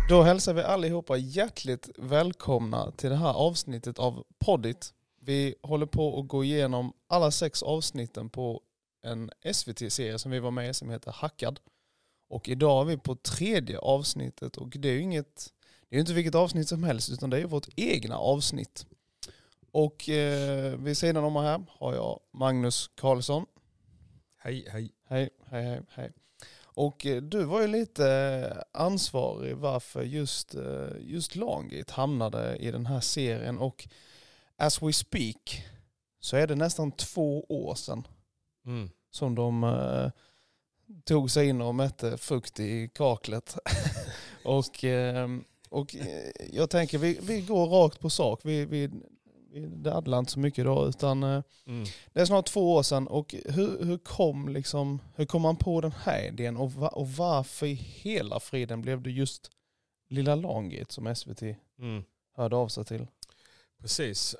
Då hälsar vi allihopa hjärtligt välkomna till det här avsnittet av Poddit. Vi håller på att gå igenom alla 6 avsnitten på en SVT-serie som vi var med i som heter Hackad. Och idag är vi på 3:e avsnittet och det är ju inte vilket avsnitt som helst utan det är ju vårt egna avsnitt. Och vid sidan om mig här har jag Magnus Karlsson. Hej, hej. Hej, hej, hej, hej. Och du var ju lite ansvarig varför just Langate hamnade i den här serien. Och as we speak så är det nästan 2 år sedan som de tog sig in och mätte fukt i kaklet. och jag tänker vi går rakt på sak. Vi daddlar inte så mycket idag utan det är snart 2 år sedan. Och hur kom man på den här idén och varför i hela friden blev det just Lilla Langate som SVT hörde av sig till? Precis.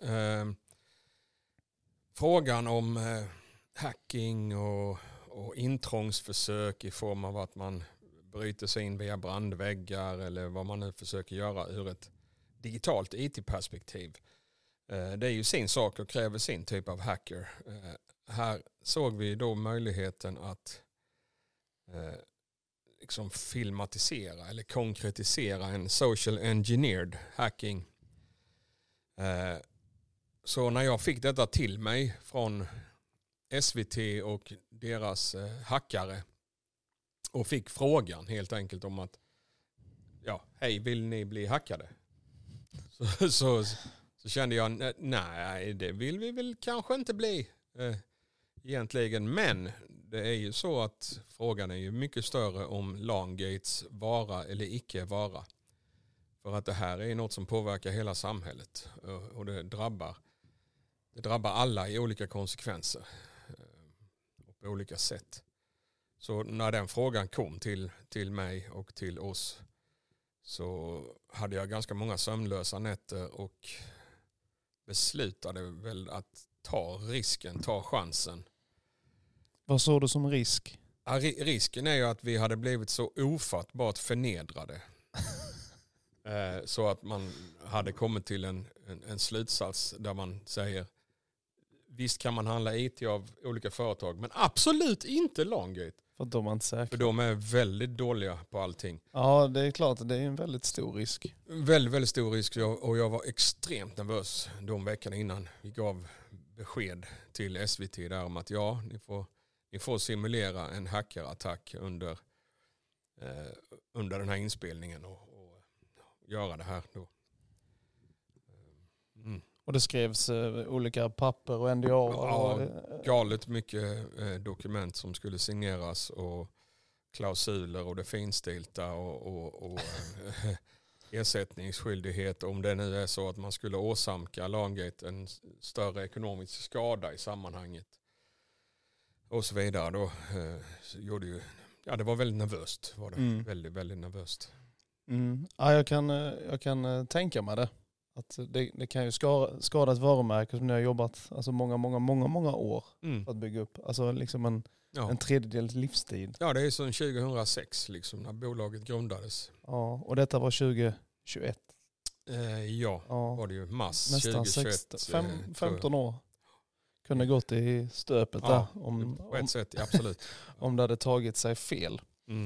Frågan om hacking och intrångsförsök i form av att man bryter sig in via brandväggar eller vad man nu försöker göra ur ett digitalt IT-perspektiv. Det är ju sin sak och kräver sin typ av hacker. Här såg vi då möjligheten att liksom filmatisera eller konkretisera en social engineered hacking. Så när jag fick detta till mig från SVT och deras hackare och fick frågan helt enkelt om att hej, vill ni bli hackade? Så kände jag, nej, det vill vi väl kanske inte bli egentligen. Men det är ju så att frågan är ju mycket större om Langates vara eller icke vara. För att det här är något som påverkar hela samhället. Och det drabbar alla i olika konsekvenser. Och på olika sätt. Så när den frågan kom till mig och till oss så hade jag ganska många sömnlösa nätter och beslutade väl att ta chansen. Vad såg du som risk? Ja, risken är ju att vi hade blivit så ofattbart förnedrade. Så att man hade kommit till en slutsats där man säger visst kan man handla IT av olika företag men absolut inte Langate. För de är inte säkra. För de är väldigt dåliga på allting. Ja, det är klart. Det är en väldigt stor risk. Väldigt, väldigt stor risk. Och jag var extremt nervös de veckorna innan vi gav besked till SVT där om att ni får simulera en hackerattack under den här inspelningen och göra det här då. Och det skrevs olika papper och NDA. Ja, galet mycket dokument som skulle signeras och klausuler och det finstilta och ersättningsskyldighet om det nu är så att man skulle åsamka Langate en större ekonomisk skada i sammanhanget. Och så vidare då gjorde ju, det var väldigt nervöst var det. Väldigt, väldigt nervöst. Ja, jag kan tänka mig det. Att det kan ju skada ett varumärke som ni har jobbat alltså många år för att bygga upp. Alltså liksom en 1/3 livstid. Ja, det är som 2006 liksom när bolaget grundades. Ja, och detta var 2021. Var det ju mars nästan 2021. 15 år. Kunde gått i stöpet där. På ett sätt, absolut. Om det hade tagit sig fel.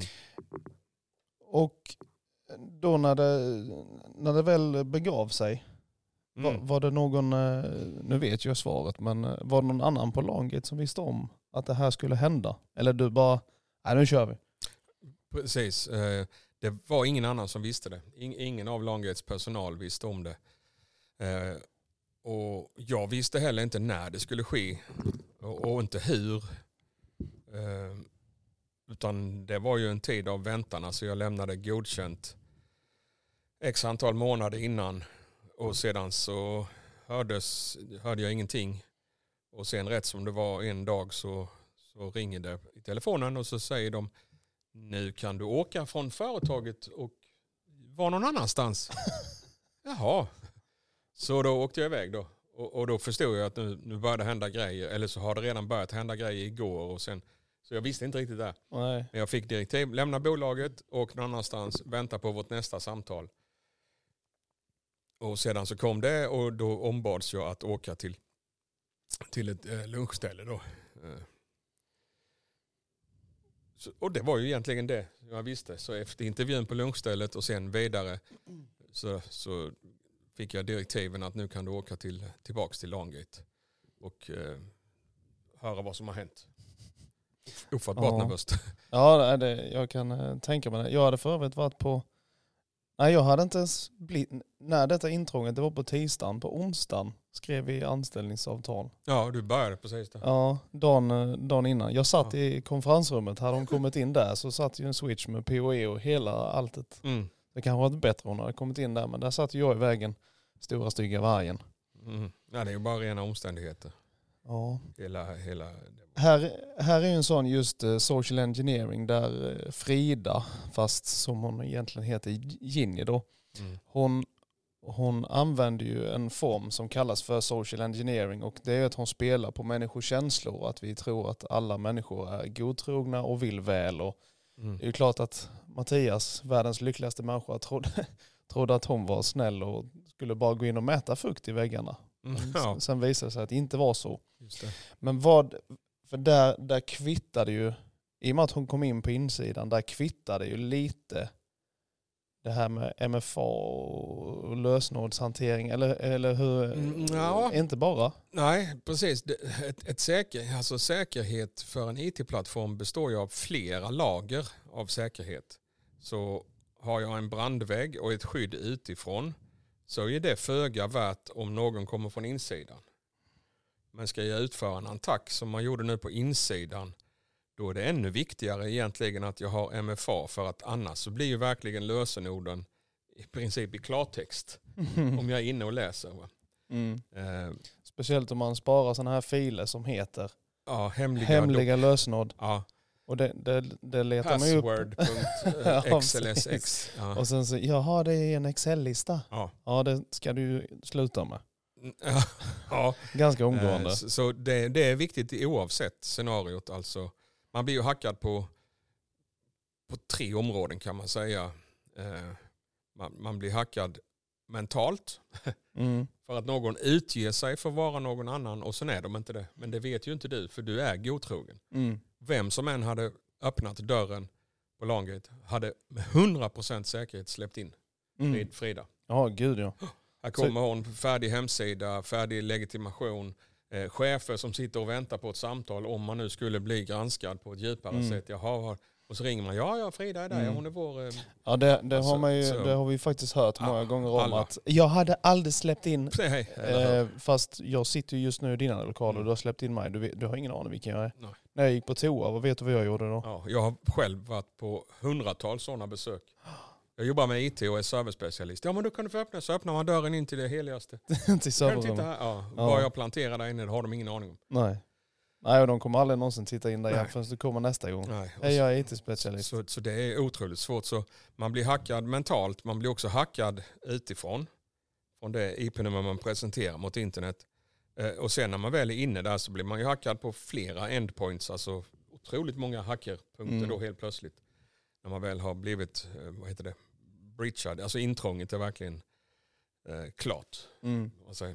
Och då när det väl begav sig, var det någon, nu vet jag svaret, men var det någon annan på Langate som visste om att det här skulle hända? Eller du bara, nej nu kör vi. Precis, det var ingen annan som visste det. Ingen av Langates personal visste om det. Och jag visste heller inte när det skulle ske och inte hur. Utan det var ju en tid av väntan. Alltså jag lämnade godkänt x antal månader innan. Och sedan så hörde jag ingenting. Och sen rätt som det var en dag så ringer det i telefonen och så säger de nu kan du åka från företaget och vara någon annanstans. Jaha. Så då åkte jag iväg då. Och då förstod jag att nu började hända grejer. Eller så har det redan börjat hända grejer igår. Och sen så Så jag visste inte riktigt det. Nej. Men jag fick direktiv, lämna bolaget och någon annanstans, vänta på vårt nästa samtal. Och sedan så kom det och då ombads jag att åka till ett lunchställe då. Och det var ju egentligen det jag visste. Så efter intervjun på lunchstället och sen vidare så fick jag direktiven att nu kan du åka tillbaks till Langate och höra vad som har hänt. Ofattbart nervöst. Ja, jag kan tänka mig det. Jag hade för övrigt varit på... Nej, jag hade inte ens när detta intrånget, det var på tisdagen. På onsdagen skrev vi anställningsavtal. Ja, du började precis där. Ja, dagen innan. Jag satt i konferensrummet. Hade de kommit in där så satt ju en switch med PoE och hela alltet. Mm. Det kanske varit bättre om de hade kommit in där, men där satt jag i vägen. Stora stygga vargen. Mm. Ja, det är ju bara rena omständigheter. Ja. Hela... Här är ju en sån just social engineering där Frida, fast som hon egentligen heter Ginny då, hon använder ju en form som kallas för social engineering och det är att hon spelar på människors känslor och att vi tror att alla människor är godtrogna och vill väl. Och det är ju klart att Mattias, världens lyckligaste människa, trodde att hon var snäll och skulle bara gå in och mäta fukt i väggarna. Ja. Sen visade det sig att det inte var så. Just det. Men för där kvittade ju, i och med att hon kom in på insidan, där kvittade ju lite det här med MFA och lösenordshantering, eller hur? Ja. Inte bara. Nej, precis. Säkerhet för en IT-plattform består ju av flera lager av säkerhet. Så har jag en brandvägg och ett skydd utifrån så är det föga värt om någon kommer från insidan. Men ska jag utföra en attack som man gjorde nu på insidan, då är det ännu viktigare egentligen att jag har MFA, för att annars så blir ju verkligen lösenorden i princip i klartext om jag är inne och läser. Va? Speciellt om man sparar sådana här filer som heter hemliga lösenord. Ja. Och det letar man ju upp. Password.xlsx. Ja. Och sen så, jaha, det är en Excel-lista. Ja, det ska du ju sluta med. Ja. Ganska omgående. Så det är viktigt oavsett scenariot. Alltså, man blir ju hackad på 3 områden kan man säga. Man blir hackad mentalt. För att någon utger sig för att vara någon annan och sen är de inte det. Men det vet ju inte du, för du är godtrogen. Vem som än hade öppnat dörren på Langate hade med 100% säkerhet släppt in Frida. Ja, gud ja. Här kommer hon, färdig hemsida, färdig legitimation, chefer som sitter och väntar på ett samtal om man nu skulle bli granskad på ett djupare sätt. Jaha, och så ringer man, ja Frida är där, hon är vår... Ja, det har vi faktiskt hört många gånger om att jag hade aldrig släppt in, fast jag sitter just nu i dina lokaler och du har släppt in mig, du har ingen aning vilken jag är. Nej. När jag gick på toa, vad vet du vad jag gjorde då? Ja, jag har själv varit på 100-tals sådana besök. Jag jobbar med IT och är servicespecialist. Ja, men då kan du få öppna, så öppnar man dörren in till det heligaste. Till serverrummet. Vad jag planterar där inne, det har de ingen aning om. Nej, och de kommer aldrig någonsin titta in där igen förrän du kommer nästa gång. Jag är IT-specialist. Så det är otroligt svårt. Så man blir hackad mentalt, man blir också hackad utifrån. Från det IP-nummer man presenterar mot internet. Och sen när man väl är inne där så blir man ju hackad på flera endpoints. Alltså otroligt många hackerpunkter då helt plötsligt. När man väl har blivit, breachad. Alltså intrånget är verkligen klart. Alltså.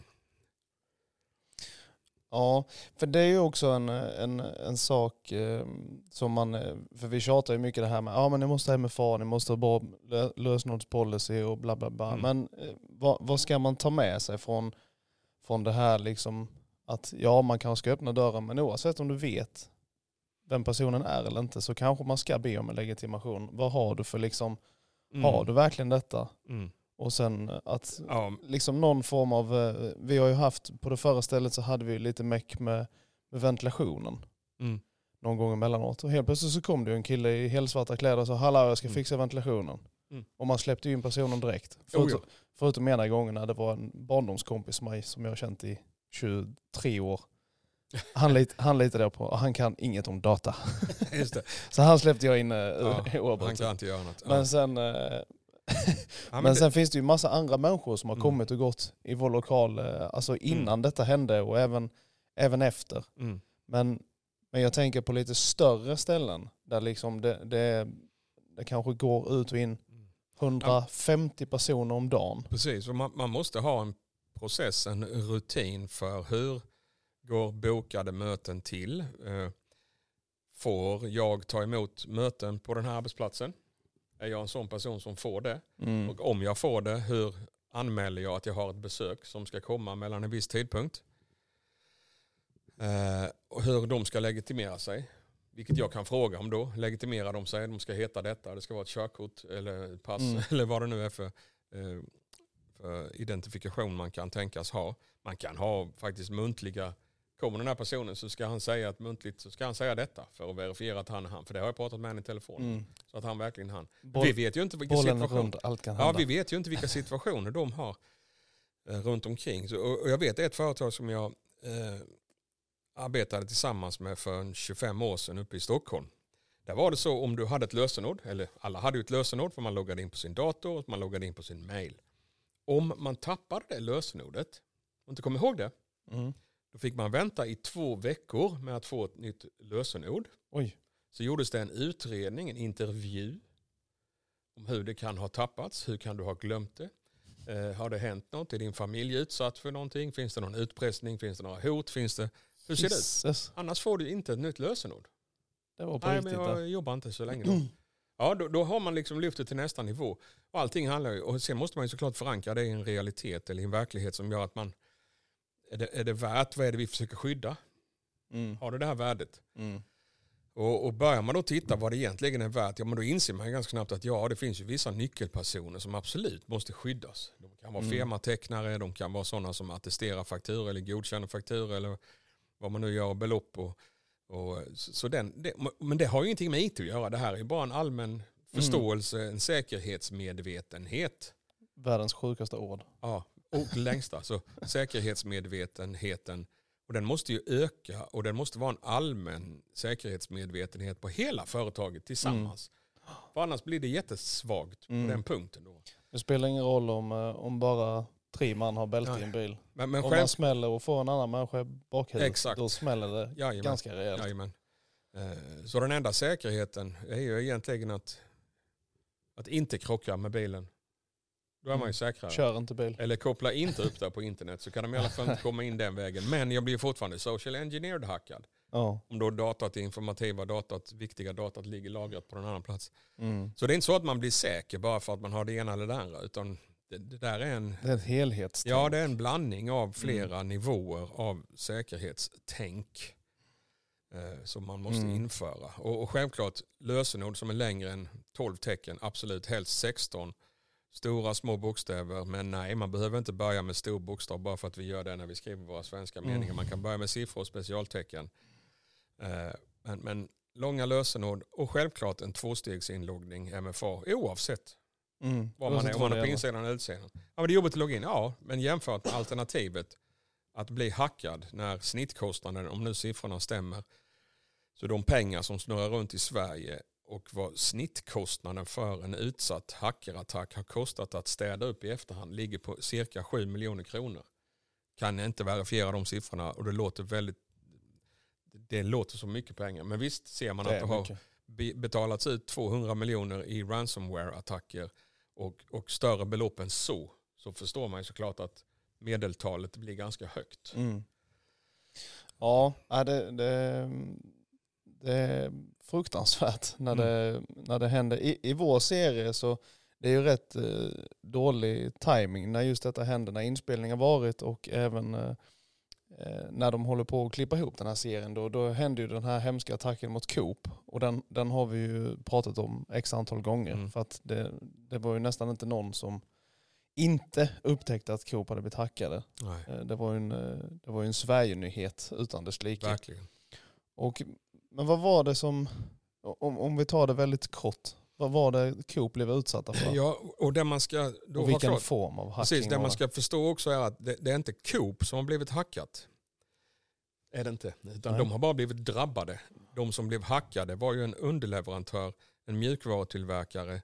Ja, för det är ju också en sak som man, för vi tjatar ju mycket det här med, men ni måste ha MFA, ni måste ha bra lösenordspolicy och bla bla bla. Men vad ska man ta med sig från det här liksom, att man kanske ska öppna dörren, men oavsett om du vet vem personen är eller inte så kanske man ska be om en legitimation. Vad har du för liksom, har du verkligen detta? Och sen att liksom någon form av, vi har ju haft, på det förra stället så hade vi lite meck med ventilationen. Någon gång emellanåt. Och helt plötsligt så kom det en kille i helsvarta kläder och sa, hallå jag ska fixa ventilationen. Och man släppte in personen direkt. Förutom ena gångerna det var en barndomskompis som jag har känt i 23 år. Han litade jag på och han kan inget om data. Just det. Så han släppte jag in han kan inte göra något. Men sen... Men sen finns det ju massa andra människor som har kommit och gått i vår lokal, alltså innan detta hände och även efter. Men Men jag tänker på lite större ställen där liksom det kanske går ut och in 150 personer om dagen. Precis, och man måste ha en process, en rutin för hur går bokade möten till. Får jag ta emot möten på den här arbetsplatsen? Är jag en sån person som får det? Och om jag får det, hur anmäler jag att jag har ett besök som ska komma mellan en viss tidpunkt? Och hur de ska legitimera sig. Vilket jag kan fråga om då. Legitimerar de sig? De ska heta detta. Det ska vara ett körkort eller pass eller vad det nu är för identifikation man kan tänkas ha. Man kan ha faktiskt muntliga. Kommer den här personen så ska han säga att muntligt så ska han säga detta för att verifiera att han är han. För det har jag pratat med han i telefon. Så att han verkligen han. Vi vet ju inte vilka situationer. Ja, vi vet ju inte vilka situationer de har runt omkring. Och jag vet ett företag som jag arbetade tillsammans med för 25 år sedan uppe i Stockholm. Där var det så om du hade ett lösenord, eller alla hade ju ett lösenord för man loggade in på sin dator och man loggade in på sin mail. Om man tappade det lösenordet och inte kom ihåg det, då fick man vänta i 2 veckor med att få ett nytt lösenord. Oj. Så gjordes det en utredning, en intervju om hur det kan ha tappats, hur kan du ha glömt det. Har det hänt något? Är din familj utsatt för någonting? Finns det någon utpressning? Finns det några hot? Hur ser det ut? Annars får du inte ett nytt lösenord. Det var på Nej, riktigt. men jag jobbar inte så länge då. Ja, då har man liksom lyft det till nästa nivå. Och allting handlar ju, och sen måste man ju såklart förankra det i en realitet eller i en verklighet som gör att man, är det värt, vad är det vi försöker skydda? Har det här värdet? Och börjar man då titta vad det egentligen är värt, ja men då inser man ganska snabbt att det finns ju vissa nyckelpersoner som absolut måste skyddas. De kan vara firmatecknare, de kan vara sådana som attesterar fakturor eller godkänner fakturor eller vad man nu gör, belopp men det har ju ingenting med IT att göra. Det här är ju bara en allmän förståelse, en säkerhetsmedvetenhet. Världens sjukaste ord. Ja, och längsta. Så säkerhetsmedvetenheten, och den måste ju öka och den måste vara en allmän säkerhetsmedvetenhet på hela företaget tillsammans. För annars blir det jättesvagt på den punkten då. Det spelar ingen roll om bara 3 man har bälte i en bil. Men om man smäller och får en annan människa i bakhuvudet, då smäller det ganska rejält. Jajamän. Så den enda säkerheten är ju egentligen att inte krocka med bilen. Då är man ju säkrare. Kör inte bil. Eller koppla inte upp där på internet så kan de i alla fall inte komma in den vägen. Men jag blir fortfarande social engineered hackad. Om då datat, informativa datat, viktiga datat ligger lagrat på en annan plats. Så det är inte så att man blir säker bara för att man har det ena eller det andra, utan det där är ett helhetstänk. Ja, det är en blandning av flera nivåer av säkerhetstänk som man måste införa. Och självklart lösenord som är längre än 12 tecken, absolut helst 16. Stora, små bokstäver, men nej, man behöver inte börja med stor bokstav bara för att vi gör det när vi skriver våra svenska meningar. Man kan börja med siffror och specialtecken. Men långa lösenord och självklart en 2-stegsinloggning, MFA, oavsett vad man är, om man är på insidan eller utsidan. Ja, men det är jobbigt att logga in, ja, men jämfört med alternativet att bli hackad när snittkostnaden, om nu siffrorna stämmer, så de pengar som snurrar runt i Sverige och vad snittkostnaden för en utsatt hackerattack har kostat att städa upp i efterhand ligger på cirka 7 miljoner kronor. Kan jag inte verifiera de siffrorna och det låter så mycket pengar. Men visst ser man att det har betalats ut 200 miljoner i ransomware-attacker och större belopp än så förstår man ju såklart att medeltalet blir ganska högt. Ja, det är fruktansvärt när det händer. I vår serie så det är ju rätt dålig timing när just detta händer, när inspelningen varit och även när de håller på att klippa ihop den här serien. Då händer ju den här hemska attacken mot Coop och den har vi ju pratat om x antal gånger för att det var ju nästan inte någon som inte upptäckte att Coop hade blivit hackade. Det var ju en Sverige-nyhet utan dess like. Verkligen. Men vad var det som, om vi tar det väldigt kort, vad var det Coop blev utsatta för? Ja, och det man ska då och vilken form av hacking? Precis, det man ska förstå också är att det är inte Coop som har blivit hackat. Är det inte. Utan de har bara blivit drabbade. De som blev hackade var ju en underleverantör, en mjukvarutillverkare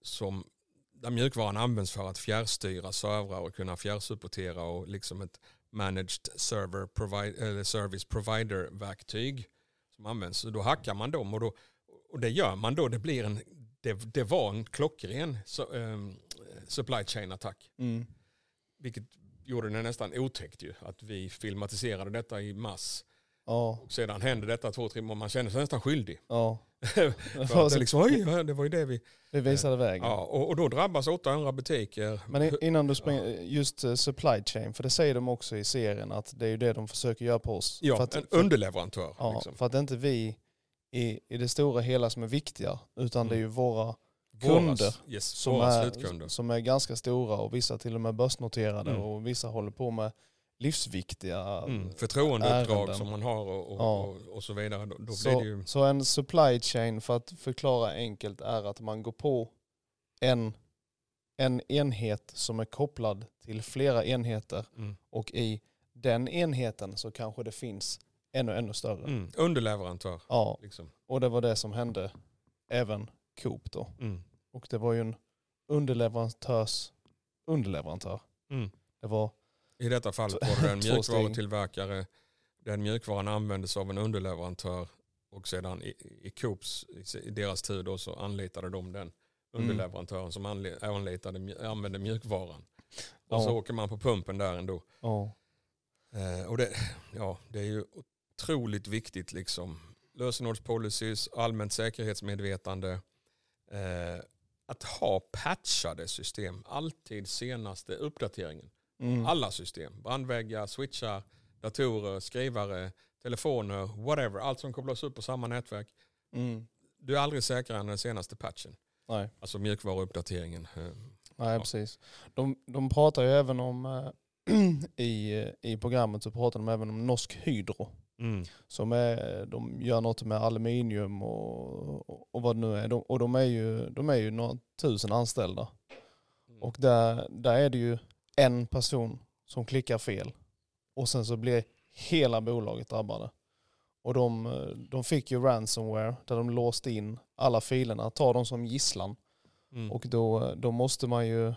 där mjukvaran används för att fjärrstyra servrar och kunna fjärrsupportera och liksom ett managed service provider-verktyg som används. Så då hackar man dem och det gör man då. Det var en klockren supply chain-attack. Mm. Vilket gjorde det nästan otäckt ju. Att vi filmatiserade detta i mass. Ja. Och sedan hände detta 2-3 månader. Man kände sig nästan skyldig. Ja. Det var ju det vi visade vägen. Ja, och då drabbas 800 butiker. Men innan du springer, just supply chain, för det säger de också i serien att det är ju det de försöker göra på oss. Ja, en underleverantör. Ja, liksom. För att det är inte vi i det stora hela som är viktiga, utan det är ju våra kunder som är ganska stora och vissa till och med börsnoterade och vissa håller på med livsviktiga förtroendeuppdrag ärenden som man har och så vidare. Då blir det ju... så en supply chain, för att förklara enkelt, är att man går på en enhet som är kopplad till flera enheter och i den enheten så kanske det finns ännu större. Underleverantör. Ja, liksom. Och det var det som hände även Coop då. Och det var ju en underleverantör. Det var i detta fallet var det en mjukvarutillverkare. Den mjukvaran användes av en underleverantör och sedan i Coops, i deras tid då, så anlitade de den underleverantören som använde mjukvaran. Och så åker man på pumpen där ändå. Och det är ju otroligt viktigt liksom. Lösenordspolicies, allmänt säkerhetsmedvetande. Att ha patchade system. Alltid senaste uppdateringen. Alla system. Brandväggar, switchar, datorer, skrivare, telefoner, whatever. Allt som kopplas upp på samma nätverk. Du är aldrig säkrare än den senaste patchen. Nej. Alltså mjukvaruuppdateringen. Nej, precis. De pratar ju även om i programmet så pratar de även om Norsk Hydro. De gör något med aluminium och vad det nu är. Och de är ju några 1000 anställda. Och där är det ju en person som klickar fel. Och sen så blir hela bolaget drabbade. Och de fick ju ransomware där de låste in alla filerna, tar dem som gisslan. Och då måste man ju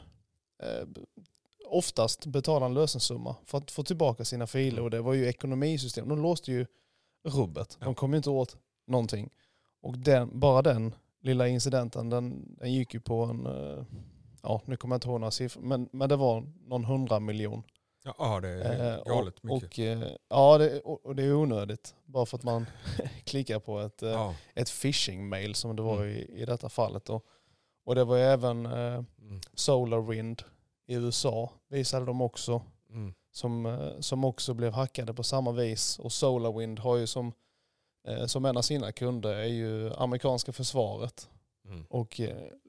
oftast betala en lösensumma för att få tillbaka sina filer. Och det var ju ekonomisystem. De låste ju rubbet. De kom ju inte åt någonting. Och bara den lilla incidenten, den gick ju på en... nu kommer jag inte ihåg några siffror. Men det var någon 100 miljon. Ja, det är galet mycket. Och det är onödigt. Bara för att man klickar på ett phishing-mail som det var i detta fallet. Och det var ju även SolarWind i USA visade de också. Som också blev hackade på samma vis. Och SolarWind har ju som en av sina kunder är ju amerikanska försvaret. Och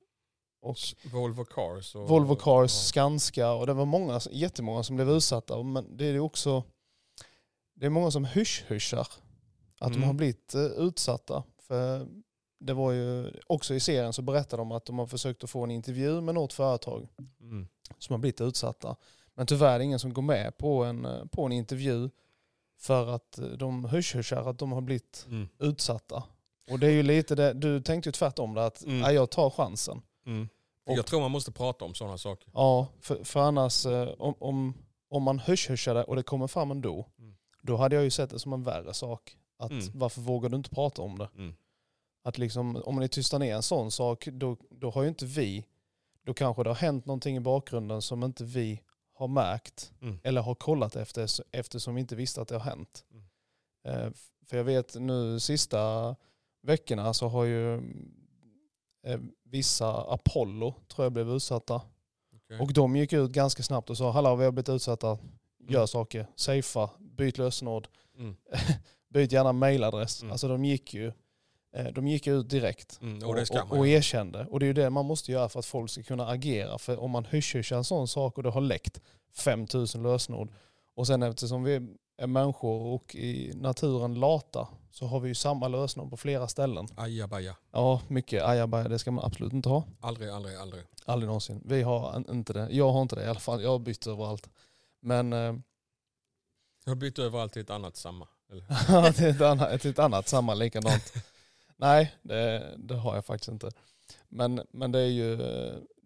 Volvo Cars. Skanska, och det var jättemånga som blev utsatta. Men det är också det är många som hyschar att de har blivit utsatta. För det var ju också i serien så berättade de att de har försökt att få en intervju med något företag som har blivit utsatta. Men tyvärr är det ingen som går med på en intervju för att de hyschar att de har blivit utsatta. Och det är ju lite det, du tänkte ju tvärtom där att jag tar chansen. Jag tror man måste prata om sådana saker. Ja, för annars om man hyschar det och det kommer fram ändå, då hade jag ju sett det som en värre sak. Att varför vågar du inte prata om det? Att liksom, om man tystar ner en sån sak, då har ju inte vi, då kanske det har hänt någonting i bakgrunden som inte vi har märkt eller har kollat eftersom vi inte visste att det har hänt. För jag vet nu sista veckorna så har ju vissa Apollo tror jag blev utsatta. Okay. Och de gick ut ganska snabbt och sa hallå, vi har blivit utsatta, gör saker, safea, byt lösenord, byt gärna mailadress. Alltså de gick ut direkt och erkände. Och det är ju det man måste göra för att folk ska kunna agera. För om man hyschar en sån sak och det har läckt 5000 lösenord och sen eftersom vi är människor och i naturen lata så har vi ju samma lösenord på flera ställen. Ajabaja. Ja, mycket ajabaja. Det ska man absolut inte ha. Aldrig. Aldrig någonsin. Vi har inte det. Jag har inte det i alla fall. Jag har bytt överallt. Men... Jag har bytt överallt till ett annat samma. Ja, till ett annat samma likadant. Nej, det har jag faktiskt inte. Men det är ju...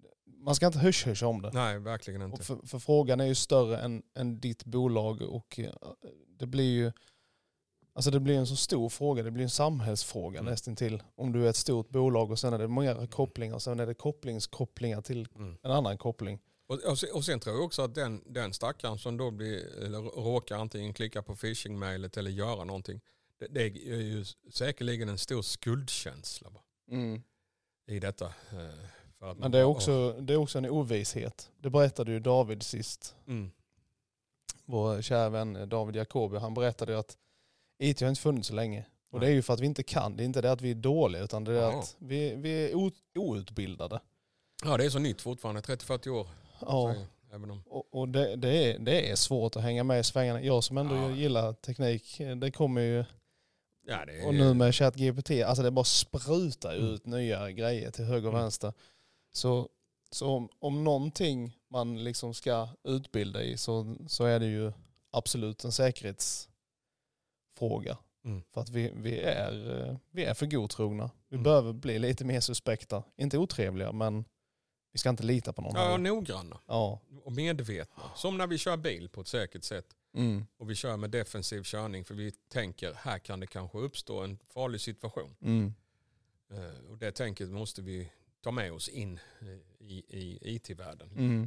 man ska inte hyscha om det. Nej, verkligen inte. Och för frågan är ju större än ditt bolag och det blir ju, alltså det blir en så stor fråga, det blir en samhällsfråga nästan till. Om du är ett stort bolag och sen är det många kopplingar och sen är det kopplingskopplingar till en annan koppling. Och sen tror jag också att den stackaren som då råkar antingen klicka på phishing-mailet eller göra någonting, det är ju säkerligen en stor skuldkänsla i detta. För att men det är också en ovisshet. Det berättade ju David sist. Vår kära vän David Jacobi, han berättade ju att IT har inte funnits så länge. Och det är ju för att vi inte kan. Det är inte det att vi är dåliga utan det är att vi är outbildade. Ja, det är så nytt fortfarande, 30-40 år. Ja, och det är svårt att hänga med i svängarna. Jag som ändå gillar teknik, det kommer ju... Ja, det är... Och nu med ChatGPT, alltså det bara sprutar ut nya grejer till höger och vänster. Så om någonting man liksom ska utbilda i så är det ju absolut en säkerhetsfråga. För att vi är för godtrogna. Vi behöver bli lite mer suspekta. Inte otrevliga, men vi ska inte lita på någon. Ja, noggranna. Ja. Och medvetna. Som när vi kör bil på ett säkert sätt. Och vi kör med defensiv körning för vi tänker här kan det kanske uppstå en farlig situation. Och det tänket måste vi ta med oss in i IT-världen.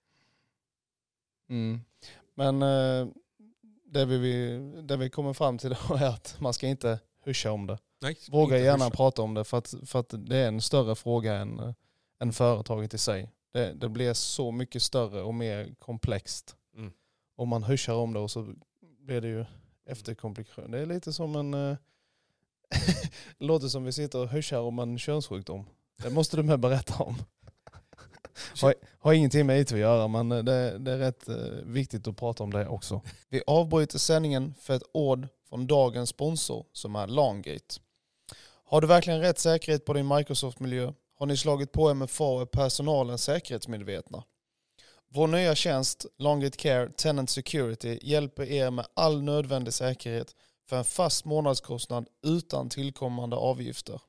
Men det vi kommer fram till då är att man ska inte hyscha om det. Nej, våga gärna prata om det för att det är en större fråga än företaget i sig. Det blir så mycket större och mer komplext. Om man hyschar om det och så blir det ju efterkomplikation. Det är lite som en... låter som vi sitter och hyschar om en könssjukdom. Det måste du med berätta om. Har ingenting med IT att göra, men det är rätt viktigt att prata om det också. Vi avbryter sändningen för ett ord från dagens sponsor som är LANgate. Har du verkligen rätt säkerhet på din Microsoft-miljö? Har ni slagit på MFA och är personalen säkerhetsmedvetna? Vår nya tjänst, LANgate Care Tenant Security, hjälper er med all nödvändig säkerhet för en fast månadskostnad utan tillkommande avgifter.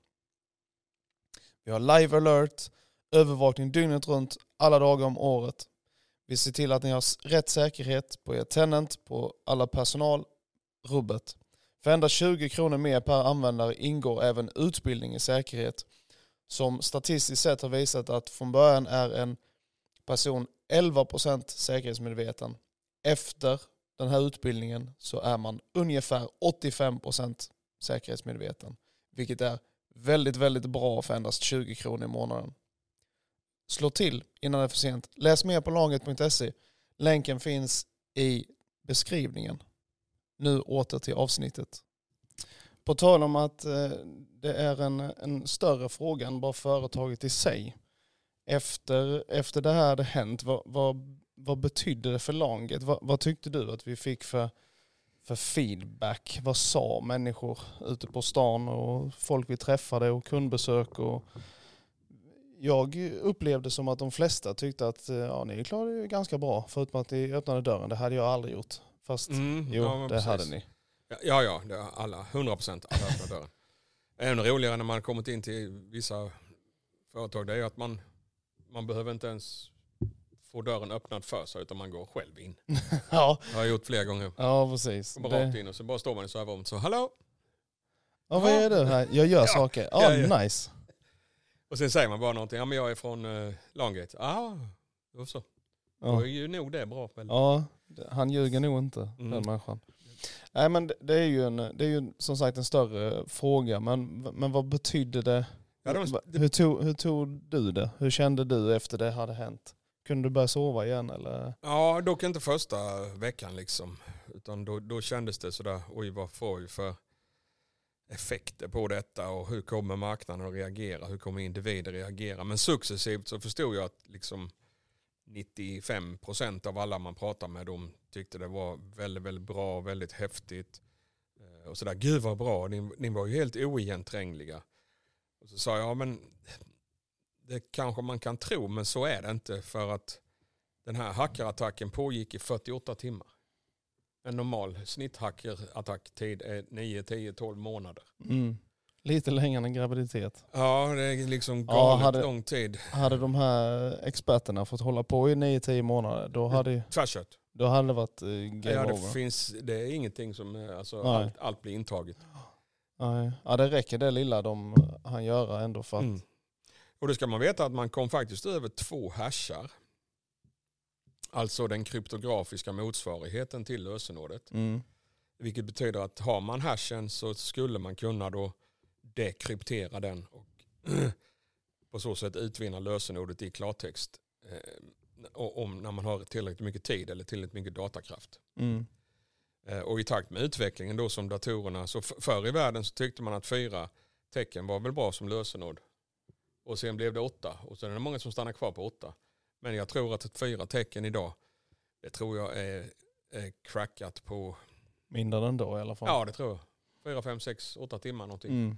Vi har live alert, övervakning dygnet runt, alla dagar om året. Vi ser till att ni har rätt säkerhet på er tenant, på alla personal, rubbet. För endast 20 kronor mer per användare ingår även utbildning i säkerhet. Som statistiskt sett har visat att från början är en person 11% säkerhetsmedveten. Efter den här utbildningen så är man ungefär 85% säkerhetsmedveten. Vilket är väldigt, väldigt bra för endast 20 kronor i månaden. Slå till innan det är för sent. Läs mer på langet.se. Länken finns i beskrivningen. Nu åter till avsnittet. På tal om att det är en större fråga än bara företaget i sig. Efter det här hade hänt, vad betydde det för laget? Vad tyckte du att vi fick för feedback? Vad sa människor ute på stan och folk vi träffade och kundbesök? Och jag upplevde som att de flesta tyckte att ni klarade det ganska bra förutom att ni öppnade dörren. Det hade jag aldrig gjort. Fast det precis. Hade ni. Ja, det har alla. 100% alla öppnade dörren. Ännu roligare när man kommit in till vissa företag, det är att man behöver inte ens få dörren öppnad för sig utan man går själv in. Ja. Det har jag gjort flera gånger. Ja, precis. Kommer rakt in och så bara står man i serverrummet så hallå? Ja, vad är det här? Jag gör saker. Ja, nice. Och sen säger man bara någonting. Ja, men jag är från LANgate. Och så. Då är ju nog det bra. Väl? Ja, han ljuger nog inte, den människan. Nej, men det är ju som sagt en större fråga. Men vad betydde det? Ja, hur tog du det? Hur kände du efter det hade hänt? Kunde du börja sova igen eller? Ja, dock inte första veckan liksom. Utan då kändes det sådär, oj vad får vi för effekter på detta och hur kommer marknaden att reagera? Hur kommer individer reagera? Men successivt så förstod jag att liksom 95% av alla man pratar med de tyckte det var väldigt, väldigt bra och väldigt häftigt. Och sådär, gud vad bra, ni var ju helt oigenträngliga. Och så sa jag, men det kanske man kan tro, men så är det inte för att den här hackerattacken pågick i 48 timmar. En normal snitthackeratacktid är 9, 10, 12 månader. Lite längre än en graviditet. Ja, det är liksom galet lång tid. Hade de här experterna fått hålla på i 9-10 månader, då hade det varit game over. Det är ingenting som, alltså allt blir intaget. Nej. Ja, det räcker det lilla han gör ändå för att... Och då ska man veta att man kom faktiskt över 2 hashar. Alltså den kryptografiska motsvarigheten till lösenordet. Vilket betyder att har man hashen så skulle man kunna då dekryptera den och på så sätt utvinna lösenordet i klartext när man har tillräckligt mycket tid eller tillräckligt mycket datakraft. Och i takt med utvecklingen då som datorerna, så förr i världen så tyckte man att 4 tecken var väl bra som lösenord. Och sen blev det 8 och sen är det många som stannar kvar på 8. Men jag tror att 4 tecken idag, det tror jag är crackat på... Mindre än då i alla fall. Ja, det tror jag. 4, 5, 6, 8 timmar någonting.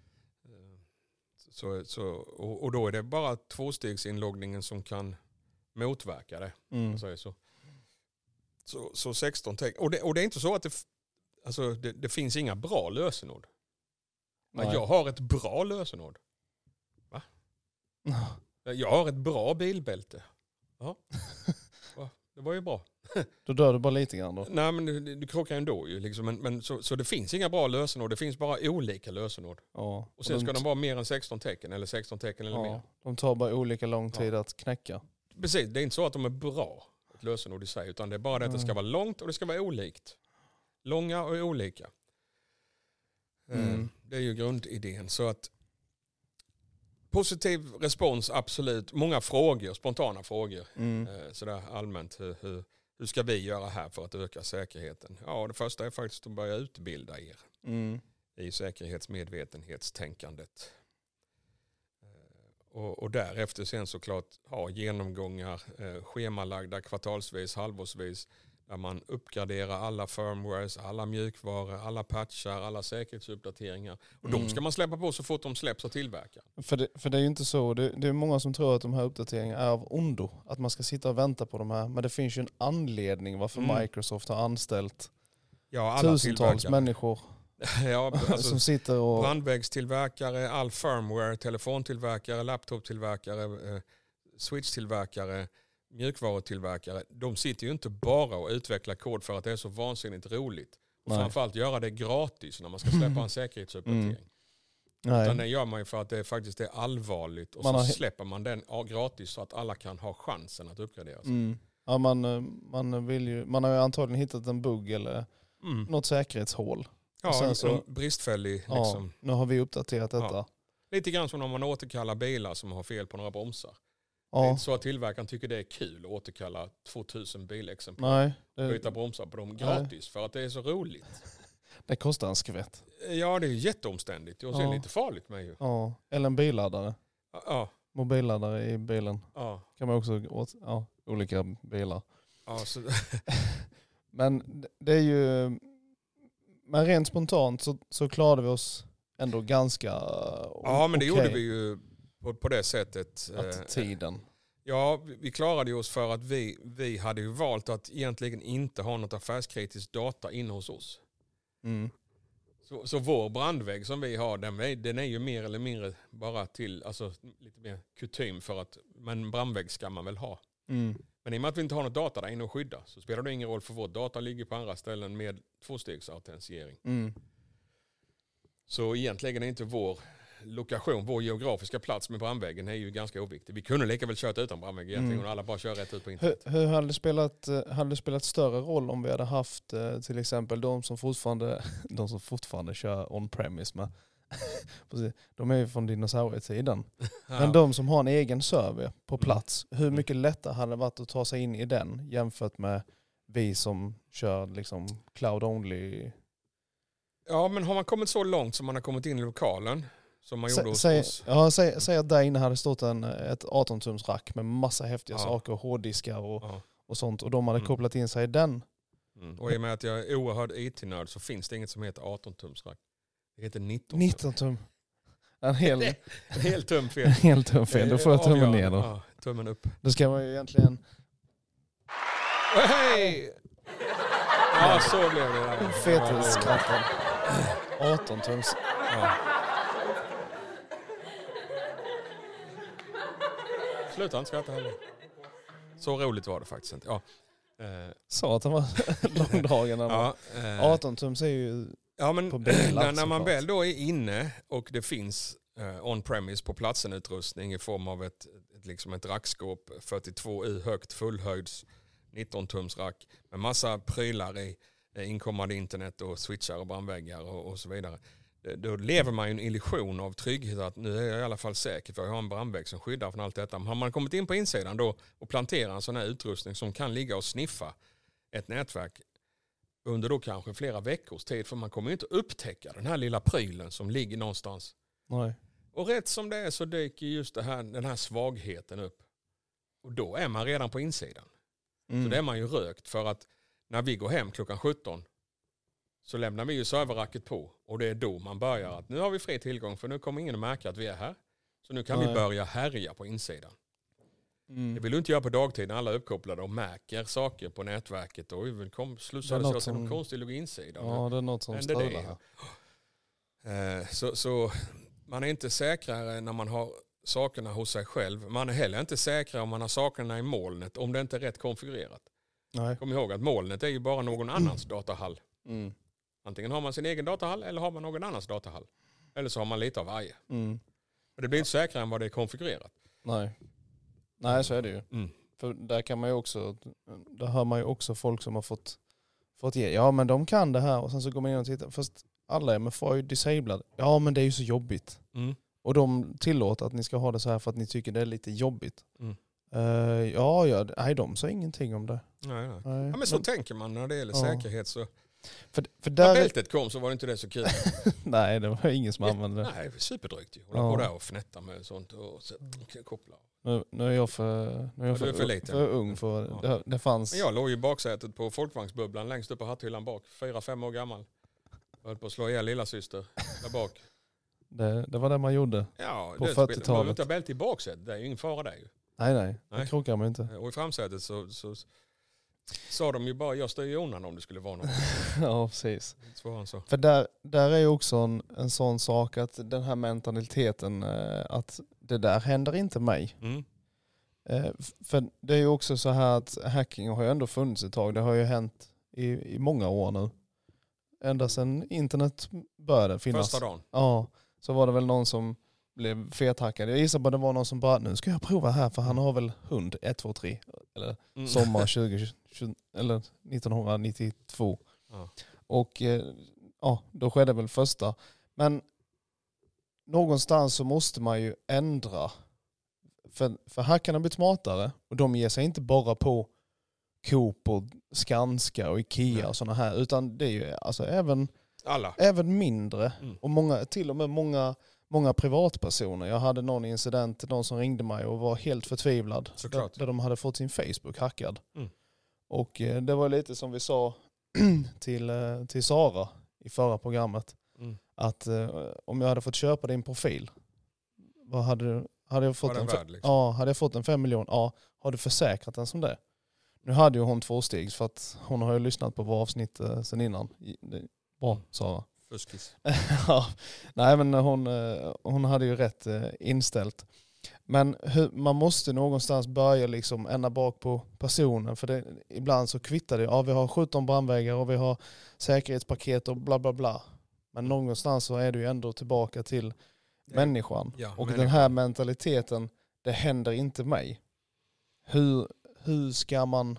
Och då är det bara 2-stegsinloggningen som kan motverka det. Så 16 tecken. Och det är inte så att det finns inga bra lösenord. Men jag har ett bra lösenord. Va? Jag har ett bra bilbälte. Ja. Det var ju bra. Då dör du bara lite grann då. Nej, men du krockar ändå ju. Liksom. Så det finns inga bra lösenord. Det finns bara olika lösenord. Ja. Och sen ska de vara mer än 16 tecken. Eller 16 tecken eller mer. De tar bara olika lång tid att knäcka. Precis, det är inte så att de är bra. Ett lösenord i sig. Utan det är bara det att det ska vara långt och det ska vara olikt. Långa och olika. Det är ju grundidén. Så att positiv respons, absolut. Många frågor, spontana frågor. Sådär allmänt. Hur ska vi göra här för att öka säkerheten? Ja, det första är faktiskt att börja utbilda er i säkerhetsmedvetenhetstänkandet. Och därefter sen såklart ha genomgångar schemalagda kvartalsvis, halvårsvis, där man uppgraderar alla firmwares, alla mjukvaror, alla patchar, alla säkerhetsuppdateringar. Och de ska man släppa på så fort de släpps och tillverkar. För det är ju inte så. Det är många som tror att de här uppdateringarna är av ondo. Att man ska sitta och vänta på de här. Men det finns ju en anledning varför Microsoft har anställt tusentals människor. Som sitter och... Brandväggstillverkare, all firmware, telefontillverkare, laptoptillverkare, switchtillverkare, mjukvarutillverkare, de sitter ju inte bara och utvecklar kod för att det är så vansinnigt roligt. Och framförallt göra det gratis när man ska släppa en säkerhetsuppdatering. Utan det gör man ju för att det faktiskt är allvarligt och så släpper man den gratis så att alla kan ha chansen att uppgradera sig. Ja, man har ju antagligen hittat en bugg eller något säkerhetshål. Ja, så bristfällig liksom. Nu har vi uppdaterat detta. Ja. Lite grann som när man återkallar bilar som har fel på några bromsar. Det är inte så att tillverkaren tycker det är kul att återkalla 2000 bilexemplar. Byta bromsar på dem gratis för att det är så roligt. Det kostar en skvätt. Ja, det är jätteomständigt. Och sen lite farligt med ju. Ja, eller en billaddare. Ja. Mobilladdare i bilen. Ja. Kan man också olika bilar. Ja, så... Men det är ju... Men rent spontant så klarade vi oss ändå ganska Ja, men det gjorde vi ju på det sättet. Att tiden. Ja, vi klarade oss för att vi hade ju valt att egentligen inte ha något affärskritiskt data inne hos oss. Så vår brandvägg som vi har, den är ju mer eller mindre bara till, alltså lite mer kutym för att, men brandvägg ska man väl ha. Men i och med att vi inte har något data där inne att skydda så spelar det ingen roll för vårt data ligger på andra ställen med 2-stegsautentisering. Så egentligen är inte vår lokation, vår geografiska plats med brandväggen är ju ganska oviktig. Vi kunde lika väl kört utan brandvägg egentligen och alla bara kör rätt ut på internet. Hur hade det spelat större roll om vi hade haft till exempel de som fortfarande kör on-premise med? De är ju från dinosaurietiden. Men de som har en egen server på plats, hur mycket lättare hade det varit att ta sig in i den jämfört med vi som kör liksom cloud-only? Ja, men har man kommit så långt som man har kommit in i lokalen som man gjorde hos oss? Ja, säg att där inne hade stått ett 18-tums rack med massa häftiga saker, hårddiskar och sånt. Och de hade kopplat in sig i den. Och i och med att jag är oerhörd IT-nörd så finns det inget som heter 18-tums rack. Det heter 19. 19 tum. En hel tum fel. En hel tum fel. Då får jag tummen ner då. Ja, tummen upp. Då ska man ju egentligen... Hej! Ja, så blev det. Feteskratten. 18 tums. Ja. Sluta inte skratta heller. Så roligt var det faktiskt inte. Ja. Sa att han var långdragen. Ja, 18 tums är ju ja, men på bilar. när man väl då är inne och det finns on-premise på platsen utrustning i form av ett rackskåp 42U högt fullhöjds 19-tums rack med massa prylar i inkommande internet och switchar och brandväggar och så vidare. Då lever man ju en illusion av trygghet att nu är jag i alla fall säker för jag har en brandvägg som skyddar från allt detta. Men har man kommit in på insidan då och planterar en sån här utrustning som kan ligga och sniffa ett nätverk under då kanske flera veckors tid, för man kommer ju inte upptäcka den här lilla prylen som ligger någonstans. Nej. Och rätt som det är så dyker just den här svagheten upp. Och då är man redan på insidan. Så det är man ju rökt, för att när vi går hem klockan 17 så lämnar vi ju serverracket på. Och det är då man börjar att nu har vi fri tillgång, för nu kommer ingen att märka att vi är här. Så nu kan vi börja härja på insidan. Det vill du inte göra på dagtid när alla är uppkopplade och märker saker på nätverket. Och vi vill slussade sig till någon konstig loginsida. Ja, det är något som strular här. Så man är inte säkrare när man har sakerna hos sig själv. Man är heller inte säkrare om man har sakerna i molnet, om det inte är rätt konfigurerat. Nej. Kom ihåg att molnet är ju bara någon annans datahall. Antingen har man sin egen datahall eller har man någon annans datahall. Eller så har man lite av varje. Och det blir inte säkrare än vad det är konfigurerat. Nej, så är det ju. För där kan man ju också, där hör man ju också folk som har fått ge. Ja, men de kan det här, och sen så går man in och tittar. Fast alla MFA är ju disabled. Ja, men det är ju så jobbigt. Och de tillåter att ni ska ha det så här för att ni tycker det är lite jobbigt. Nej, de sa ingenting om det. Nej. Ja, men så tänker man när det gäller säkerhet. Så för där när bältet kom så var det inte det så kul. Nej, det var ingen som använde det. Nej, superdrygt ju. Hålla på där och fnätta med sånt och koppla. Nu är jag för ung för det fanns. Men jag låg ju i baksätet på folkvagnsbubblan längst upp på hatthyllan bak. 4-5 år gammal. Jag höll på att slå ihjäl lilla syster där bak. Det var det man gjorde på 40-talet. Man vill inte ha bälte i baksätet, det är ju ingen fara där ju. Nej. Det krokar man inte. Och i framsätet så sa de ju bara, jag styr ju undan om det skulle vara något. Ja, precis. Så. För där är ju också en sån sak att den här mentaliteten att det där händer inte mig. För det är ju också så här att hacking har ju ändå funnits ett tag. Det har ju hänt i många år nu. Ända sedan internet började finnas. Första dagen. Ja, så var det väl någon som blev fethackad. Jag gissar på att det var någon som bara, nu ska jag prova här, för han har väl hund 1, 2, 3 eller sommar 2020 eller 1992. Och då skedde väl första. Men någonstans så måste man ju ändra. För hackarna blir smartare och de ger sig inte bara på Coop och Skanska och Ikea och sådana här, utan det är ju alltså även mindre och till och med många privatpersoner. Jag hade någon incident, någon som ringde mig och var helt förtvivlad där de hade fått sin Facebook hackad. Och det var lite som vi sa till Sara i förra programmet, att om jag hade fått köpa din profil, vad hade jag fått hade jag fått en 5 miljoner? Ja, har du försäkrat den som det? Nu hade ju hon 2 steg för att hon har ju lyssnat på våra avsnitt sen innan. Bra, Sara. Fuskis. Ja, nej, men hon hade ju rätt inställt. Men man måste någonstans börja liksom ända bak på personen, för ibland så kvittar det. Ja, vi har 17 brandväggar och vi har säkerhetspaket och bla bla bla. Men någonstans så är det ju ändå tillbaka till människan. Ja, och den här mentaliteten, det händer inte mig. Hur ska man...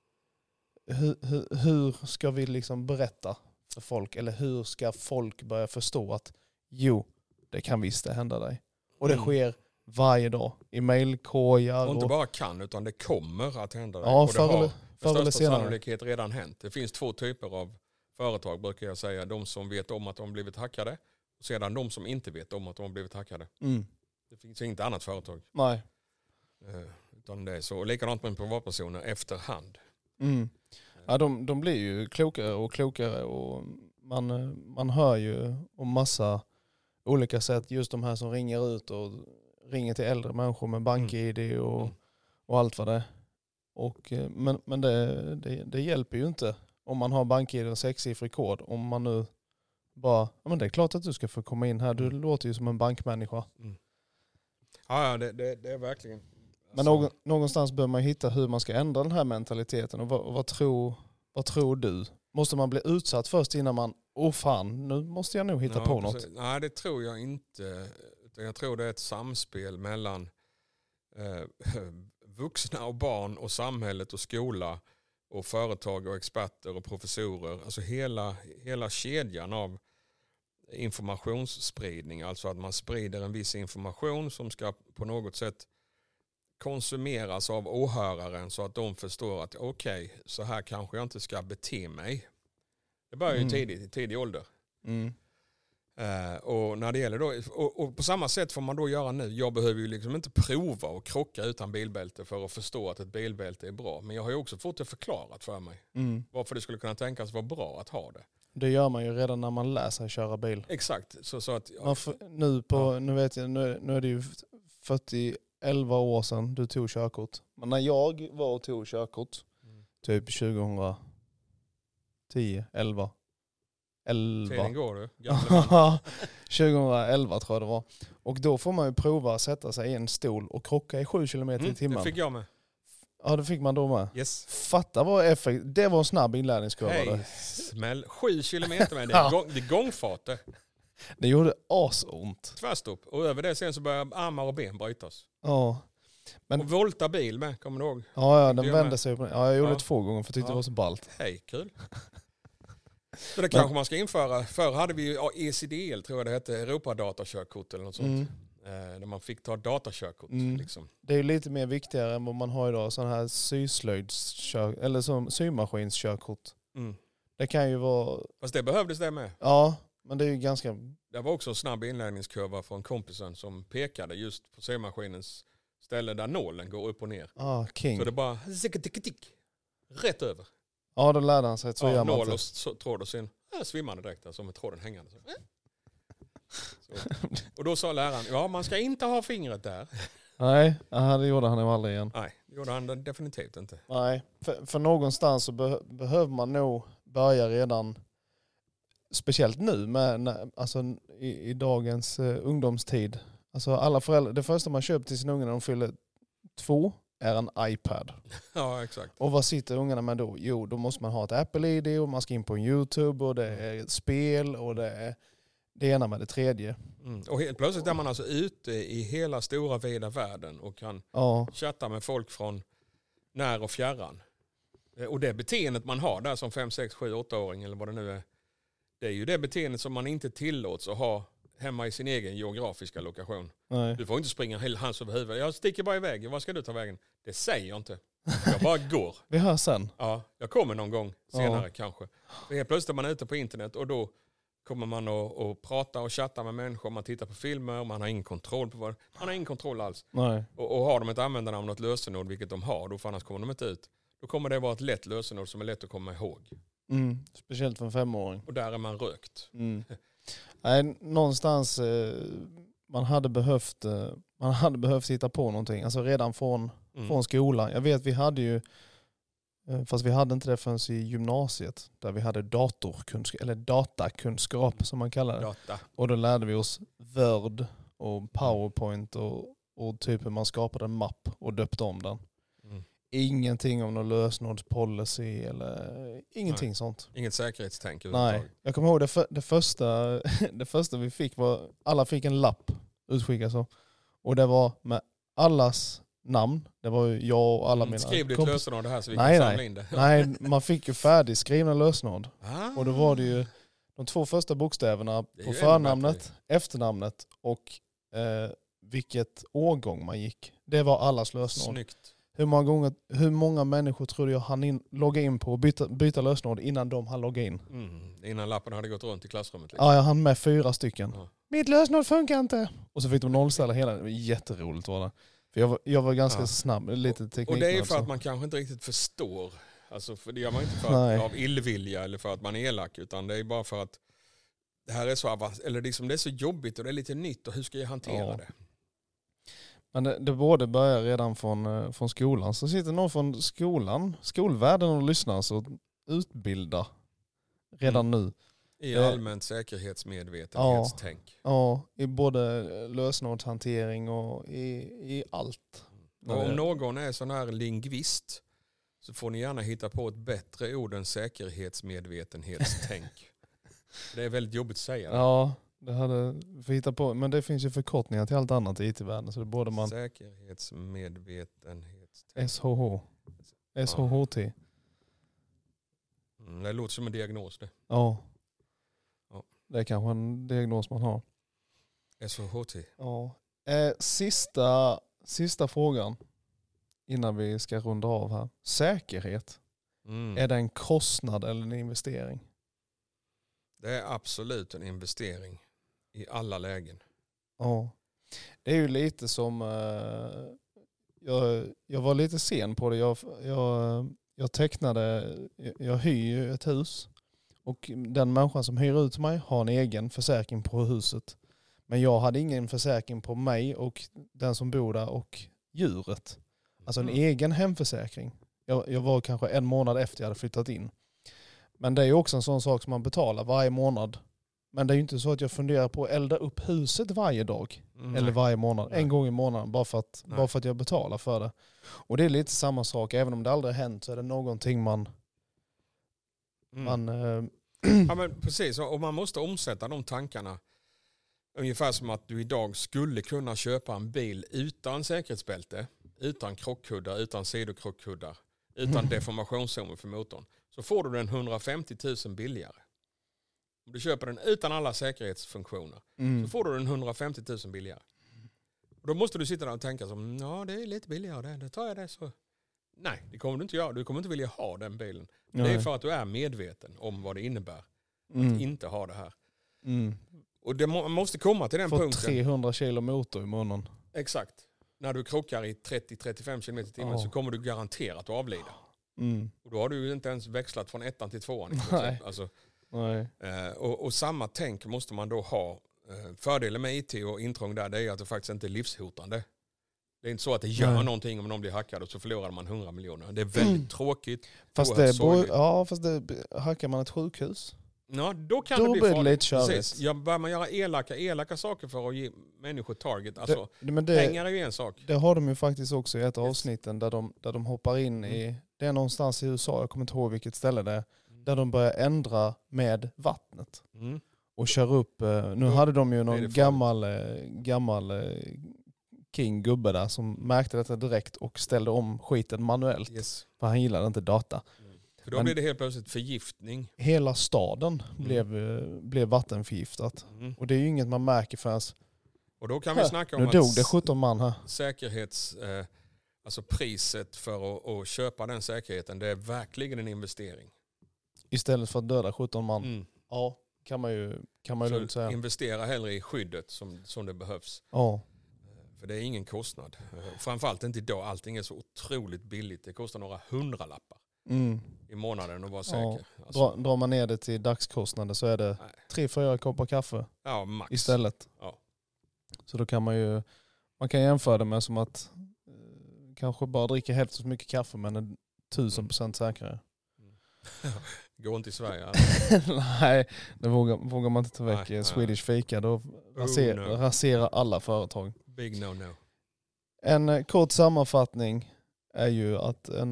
Hur ska vi liksom berätta för folk? Eller hur ska folk börja förstå att det kan visst hända dig. Och det sker varje dag. I mailkorgar. Och inte bara kan, utan det kommer att hända dig. Ja, och det har med största sannolikhet redan hänt. Det finns 2 typer av företag, brukar jag säga. De som vet om att de blivit hackade. Och sedan de som inte vet om att de blivit hackade. Det finns inget annat företag. Nej. Utan det är så. Och likadant med privatpersoner efterhand. Ja, de blir ju klokare och klokare, och man hör ju om massa olika sätt. Just de här som ringer ut och ringer till äldre människor med bank-ID och allt vad det är. Och, men det hjälper ju inte om man har bank-ID och 6-siffrig kod. Om man nu bara, men det är klart att du ska få komma in här. Du låter ju som en bankmänniska. Ja, det är verkligen. Men någonstans bör man hitta hur man ska ändra den här mentaliteten. Och vad tror du? Måste man bli utsatt först innan man, fan, nu måste jag nog hitta på något? Nej, det tror jag inte. Jag tror det är ett samspel mellan vuxna och barn och samhället och skola och företag och experter och professorer. Alltså hela kedjan av informationsspridning. Alltså att man sprider en viss information som ska på något sätt konsumeras av åhöraren så att de förstår att okej, så här kanske jag inte ska bete mig. Det börjar ju tidig ålder. Och när det gäller då, och på samma sätt får man då göra nu. Jag behöver ju liksom inte prova och krocka utan bilbälte för att förstå att ett bilbälte är bra. Men jag har ju också fått det förklarat för mig. Varför det skulle kunna tänkas vara bra att ha det. Det gör man ju redan när man lär sig köra bil. Exakt. Så att, nu vet jag, nu är det ju 11 år sedan du tog körkort. Men när jag var och tog körkort, typ 2010, 11. Tiden går du. 2011 tror jag det var. Och då får man ju prova att sätta sig i en stol och krocka i 7 km i timmen. Det fick jag med. Ja, det fick man då med. Yes. Fatta vad effektivt. Det var en snabb inlärningskurva. Hej, smäll 7 kilometer med. Det är gångfart det. Det gjorde asont. Tvärstopp. Och över det sen så börjar armar och ben brytas. Ja. Men, och volta bil med, kommer du ihåg? Ja, den vände sig upp. Ja, jag gjorde det 2 gånger för att tyckte det var så ballt. Hej, kul. Så det kanske man ska införa. Förr hade vi ju ECDL, tror jag det hette, Europadatakörkort eller något sånt. Där man fick ta datakörkort. Liksom. Det är ju lite mer viktigare än vad man har idag. Sån här eller som symaskinskörkort. Det kan ju vara... Fast det behövdes det med. Ja, men det är ju ganska... Det var också en snabb inlärningskurva från kompisen som pekade just på symaskinens ställe där nålen går upp och ner. King. Så det bara... Rätt över. Ja, då lärde han sig att så gör man nål och tråd och sen svimmade direkt där, som med tråden hängande. Så. Och då sa läraren, man ska inte ha fingret där. Nej, det gjorde han ju aldrig igen. Nej, det gjorde han definitivt inte. Nej, för någonstans så behöver man nog börja redan, speciellt nu, alltså i dagens ungdomstid. Alltså alla föräldrar, det första man köper till sina ungar när de fyller 2 är en iPad. Ja, exakt. Och vad sitter ungarna med då? Jo, då måste man ha ett Apple-ID och man ska in på YouTube och det är spel och det är det ena med det tredje. Och helt plötsligt är man alltså ute i hela stora vida världen och kan chatta med folk från när och fjärran. Och det beteendet man har där som 5, 6, 7, 8-åring eller vad det nu är, det är ju det beteendet som man inte tillåts att ha hemma i sin egen geografiska lokation. Nej. Du får inte springa hans över huvudet. Jag sticker bara iväg. Var ska du ta vägen? Det säger jag inte. Jag bara går. Vi hörs sen. Ja, jag kommer någon gång senare kanske. För helt plötsligt är man ute på internet och då kommer man att prata och chatta med människor. Man tittar på filmer. Man har ingen kontroll på vad. Man har ingen kontroll alls. Nej. Och har de ett användarnamn och ett lösenord, vilket de har, då för annars kommer de inte ut. Då kommer det vara ett lätt lösenord som är lätt att komma ihåg. Speciellt för en 5-åring. Och där är man rökt. Nej, någonstans man hade behövt hitta på någonting. Alltså redan från skolan. Jag vet vi hade ju, fast vi hade inte det förrän i gymnasiet, där vi hade datakunskap som man kallar det. Och då lärde vi oss Word och PowerPoint och typ hur man skapade en mapp och döpte om den. Ingenting om någon lösenordspolicy eller ingenting sånt. Inget säkerhetstänk. Nej, jag kommer ihåg det första vi fick var, alla fick en lapp utskickad så. Och det var med allas namn. Det var ju jag och alla mina Skriv ditt lösenord här så vi kan samla in det. Nej, man fick ju färdigskrivna lösenord. Och då var det ju de 2 första bokstäverna på förnamnet, efternamnet och vilket årgång man gick. Det var allas lösenord. Snyggt. Hur många människor trodde jag hann logga in på och byta lösenord innan de hann logga in? Innan lappen hade gått runt i klassrummet. Liksom. Ja, jag hann med 4 stycken. Ja. Mitt lösenord funkar inte. Och så fick de nollställa hela. Det var jätteroligt var det. För jag var ganska snabb. Lite teknik. Och det är för att man kanske inte riktigt förstår. Alltså, för det gör man inte för av illvilja eller för att man är elak. Utan det är bara för att det här är så, eller liksom det är så jobbigt och det är lite nytt. Och hur ska jag hantera det? Men det borde börja redan från skolan. Så sitter någon från skolvärlden och lyssnar så utbilda redan nu. I allmänt säkerhetsmedvetenhetstänk. Ja, i både lösenordshantering och i allt. Och om någon är sån här lingvist så får ni gärna hitta på ett bättre ord än säkerhetsmedvetenhetstänk. Det är väldigt jobbigt att säga. Ja, det hade vi hittat på. Men det finns ju förkortningar till allt annat i IT-världen. Så det borde man... Säkerhetsmedvetenhetstänk. SHHT. Det låter som en diagnos det. Ja. Det är kanske en diagnos man har. SHHT. Ja. Sista frågan innan vi ska runda av här. Säkerhet. Är det en kostnad eller en investering? Det är absolut en investering i alla lägen. Ja. Det är ju lite som... Jag var lite sen på det. Jag tecknade... Jag hyr ju ett hus. Och den människan som hyr ut mig har en egen försäkring på huset. Men jag hade ingen försäkring på mig och den som bor där och djuret. Alltså en egen hemförsäkring. Jag var kanske 1 månad efter jag hade flyttat in. Men det är ju också en sån sak som man betalar varje månad. Men det är ju inte så att jag funderar på att elda upp huset varje dag. Eller varje månad. Nej. En gång i månaden. Bara för att jag betalar för det. Och det är lite samma sak. Även om det aldrig har hänt så är det någonting man... Ja men precis. Och man måste omsätta de tankarna. Ungefär som att du idag skulle kunna köpa en bil utan säkerhetsbälte. Utan krockkuddar, utan sidokrockkuddar. Utan deformationszoner för motorn. Så får du den 150 000 billigare. Om du köper den utan alla säkerhetsfunktioner så får du den 150 000 billigare. Och då måste du sitta där och tänka som, ja det är lite billigare, det tar jag det så. Nej, det kommer du inte göra. Du kommer inte vilja ha den bilen. Det är för att du är medveten om vad det innebär att inte ha det här. Och det måste komma till den punkten. 300 kilo motor i munnen. Exakt. När du krockar i 30-35 km i timmen så kommer du garanterat att avlida. Och då har du ju inte ens växlat från 1 till 2. Alltså, och samma tänk måste man då ha. Fördelen med IT och intrång där, det är att det faktiskt inte är livshotande. Det är inte så att det gör någonting om någon blir hackad och så förlorar man 100 miljoner. Det är väldigt tråkigt. Fast hackar man ett sjukhus. Ja, då kan det bli farligt. Precis. Börjar man göra elaka saker för att ge människor target. Alltså, pengar är ju en sak. Det har de ju faktiskt också i ett avsnitten där de hoppar in i... Det är någonstans i USA, jag kommer inte ihåg vilket ställe det är. Där de börjar ändra med vattnet. Och kör upp... Nu hade de ju någon gammal king-gubbe där som märkte detta direkt och ställde om skiten manuellt. Yes. För han gillade inte data. För då blev det helt plötsligt förgiftning. Hela staden blev vattenförgiftat. Och det är ju inget man märker förrän... Och då kan vi snacka om nu dog det 17 man här. Alltså priset för att köpa den säkerheten, det är verkligen en investering. Istället för att döda 17 man. Ja, kan man ju lugnt säga. Investera hellre i skyddet som det behövs. Ja. För det är ingen kostnad. Framförallt inte idag. Allting är så otroligt billigt. Det kostar några 100-lappar i månaden att vara säker. Ja. Alltså. Drar man ner det till dagskostnader så är det 3-4 koppar kaffe max. Istället. Ja. Så då kan man kan jämföra det med som att kanske bara dricka hälften så mycket kaffe men är 1000% säkrare. Går inte i Sverige. Nej, det vågar man inte ta väck. Swedish fika, då raserar alla företag. Big no. En kort sammanfattning är ju att det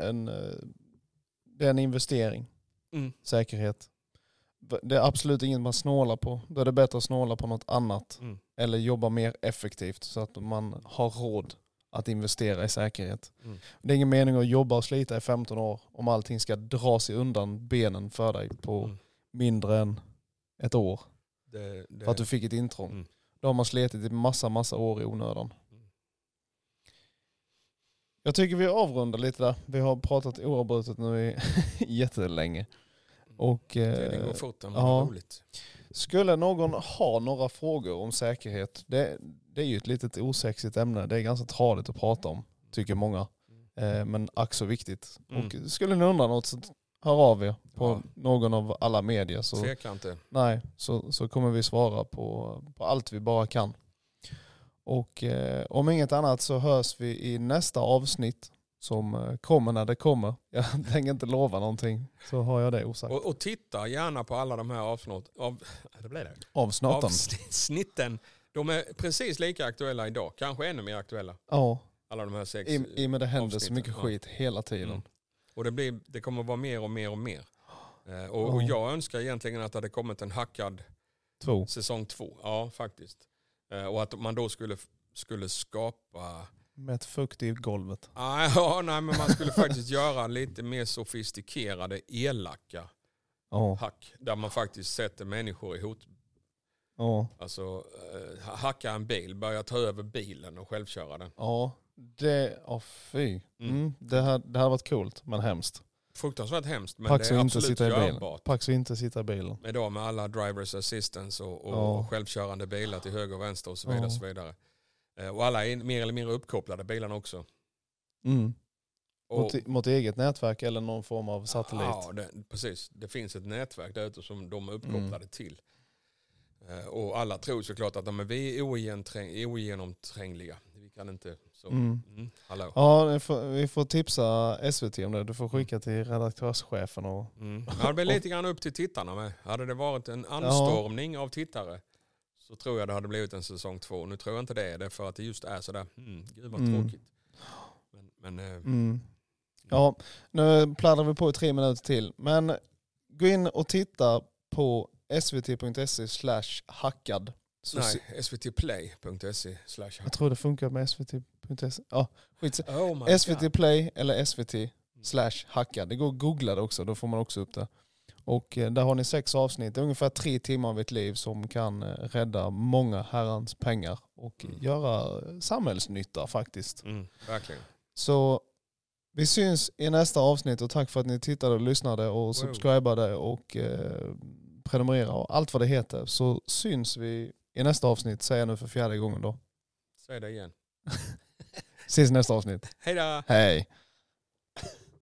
är en investering. Säkerhet. Det är absolut inget man snålar på. Då är det bättre att snåla på något annat. Eller jobba mer effektivt så att man har råd att investera i säkerhet. Det är ingen mening att jobba och slita i 15 år om allting ska dra sig undan benen för dig på mindre än ett år. För att du fick ett intrång. Då har man slitit i massa år i onödan. Jag tycker vi avrundar lite där. Vi har pratat oavbrutet nu jättelänge. Och, det går fort, men roligt. Skulle någon ha några frågor om säkerhet, det är ju ett litet osexigt ämne. Det är ganska tradigt att prata om, tycker många. Men ack så viktigt. Och skulle ni undra något så hör av er på någon av alla medier. Så, tveka inte. Nej, så kommer vi svara på allt vi bara kan. Och om inget annat så hörs vi i nästa avsnitt som kommer när det kommer. Jag tänker inte lova någonting, så har jag det osagt. Och titta gärna på alla de här avsnitten. De är precis lika aktuella idag, kanske ännu mer aktuella. Ja, Alla de här 6 I med det händer så avsnitten. mycket skit hela tiden. Mm. Och det kommer vara mer och mer och mer. Och jag önskar egentligen att det hade kommit en hackad 2. säsong 2. Ja, faktiskt. Och att man då skulle skapa... Med ett fukt i golvet. Nej, men man skulle faktiskt göra lite mer sofistikerade, elaka hack. Där man faktiskt sätter människor i hot. Alltså hacka en bil, börja ta över bilen och självköra den. Ja, fy. Det hade varit coolt, men hemskt. Fruktansvärt hemskt, men Pax det är absolut görbart. Pax att inte sitta i bilen. Idag med alla drivers assistance och självkörande bilar till höger och vänster och så vidare. Och så vidare. Och alla är mer eller mindre uppkopplade, bilarna också. Mot eget nätverk eller någon form av satellit. Ja, precis. Det finns ett nätverk där ute som de är uppkopplade till. Och alla tror såklart att vi är ogenomträngliga. Vi kan inte så. Hallå. Ja, vi får tipsa SVT om det. Du får skicka till redaktörschefen. Det blir lite grann upp till tittarna med. Hade det varit en anstormning av tittare så tror jag det hade blivit en säsong 2. Nu tror jag inte det är för att det just är sådär. Gud vad tråkigt. Ja, nu pladdrar vi på i 3 minuter till. Men gå in och titta på svt.se/hackad. Nej, svtplay.se/hackad. Jag tror det funkar med svt.se. Ja, SVT Play eller svt/hackad. Det går att googla det också, då får man också upp det. Och där har ni 6 avsnitt. Det är ungefär 3 timmar av ett liv som kan rädda många herrans pengar och göra samhällsnytta faktiskt. Verkligen. Så vi syns i nästa avsnitt och tack för att ni tittade och lyssnade och subscribade och prenumerera och allt vad det heter. Så syns vi i nästa avsnitt, säger jag nu för 4:e gången då. Säg det igen. Ses i nästa avsnitt. Hej då! Hej!